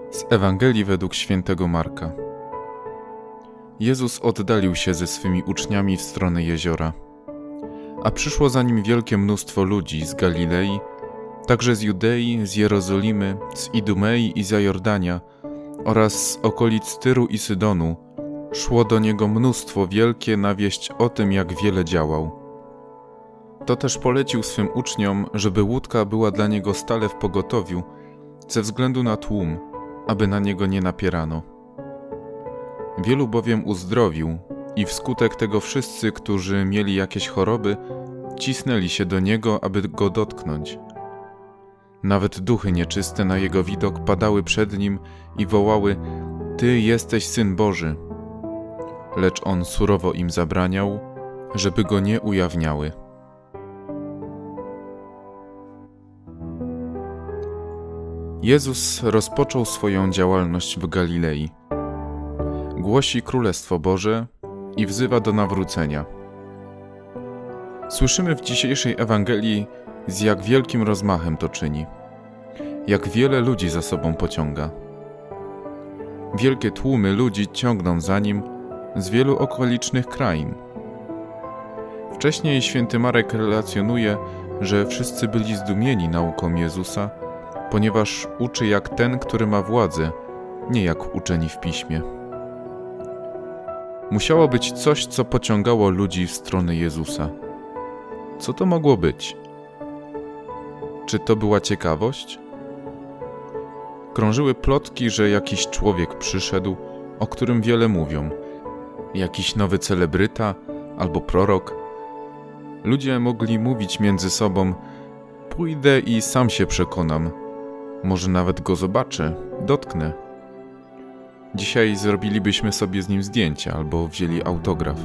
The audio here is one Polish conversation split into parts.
Z Ewangelii według świętego Marka. Jezus oddalił się ze swymi uczniami w stronę jeziora, a przyszło za nim wielkie mnóstwo ludzi z Galilei, także z Judei, z Jerozolimy, z Idumei i Zajordania oraz z okolic Tyru i Sydonu. Szło do niego mnóstwo wielkie na wieść o tym, jak wiele działał. To też polecił swym uczniom, żeby łódka była dla niego stale w pogotowiu, ze względu na tłum, aby na niego nie napierano. Wielu bowiem uzdrowił i wskutek tego wszyscy, którzy mieli jakieś choroby, cisnęli się do niego, aby go dotknąć. Nawet duchy nieczyste na jego widok padały przed nim i wołały: Ty jesteś Syn Boży. Lecz on surowo im zabraniał, żeby go nie ujawniały. Jezus rozpoczął swoją działalność w Galilei. Głosi Królestwo Boże i wzywa do nawrócenia. Słyszymy w dzisiejszej Ewangelii, z jak wielkim rozmachem to czyni. Jak wiele ludzi za sobą pociąga. Wielkie tłumy ludzi ciągną za nim z wielu okolicznych krain. Wcześniej święty Marek relacjonuje, że wszyscy byli zdumieni nauką Jezusa, ponieważ uczy jak ten, który ma władzę, nie jak uczeni w piśmie. Musiało być coś, co pociągało ludzi w stronę Jezusa. Co to mogło być? Czy to była ciekawość? Krążyły plotki, że jakiś człowiek przyszedł, o którym wiele mówią. Jakiś nowy celebryta albo prorok. Ludzie mogli mówić między sobą: pójdę i sam się przekonam. Może nawet go zobaczę, dotknę. Dzisiaj zrobilibyśmy sobie z nim zdjęcia albo wzięli autograf.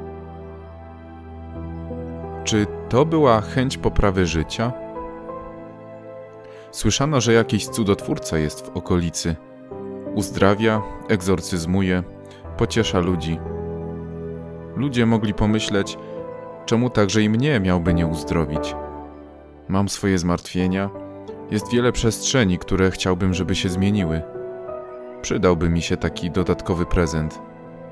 Czy to była chęć poprawy życia? Słyszano, że jakiś cudotwórca jest w okolicy. Uzdrawia, egzorcyzmuje, pociesza ludzi. Ludzie mogli pomyśleć: czemu także i mnie miałby nie uzdrowić? Mam swoje zmartwienia, jest wiele przestrzeni, które chciałbym, żeby się zmieniły. Przydałby mi się taki dodatkowy prezent.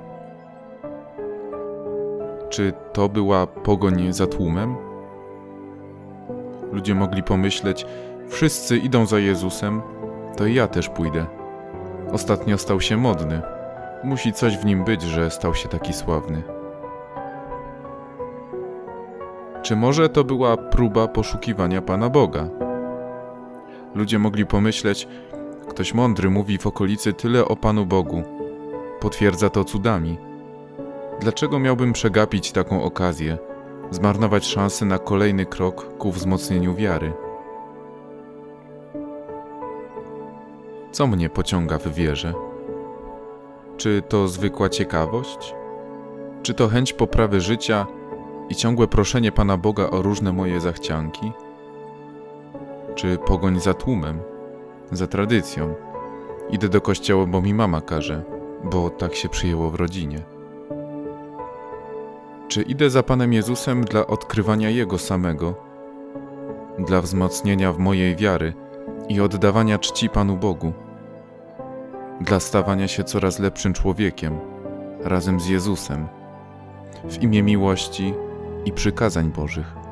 Czy to była pogoń za tłumem? Ludzie mogli pomyśleć: wszyscy idą za Jezusem, to i ja też pójdę. Ostatnio stał się modny. Musi coś w nim być, że stał się taki sławny. Czy może to była próba poszukiwania Pana Boga? Ludzie mogli pomyśleć: ktoś mądry mówi w okolicy tyle o Panu Bogu. Potwierdza to cudami. Dlaczego miałbym przegapić taką okazję, zmarnować szansę na kolejny krok ku wzmocnieniu wiary? Co mnie pociąga w wierze? Czy to zwykła ciekawość? Czy to chęć poprawy życia i ciągłe proszenie Pana Boga o różne moje zachcianki? Czy pogoń za tłumem, za tradycją? Idę do kościoła, bo mi mama każe, bo tak się przyjęło w rodzinie. Czy idę za Panem Jezusem dla odkrywania Jego samego, dla wzmocnienia w mojej wiary i oddawania czci Panu Bogu, dla stawania się coraz lepszym człowiekiem, razem z Jezusem, w imię miłości i przykazań Bożych?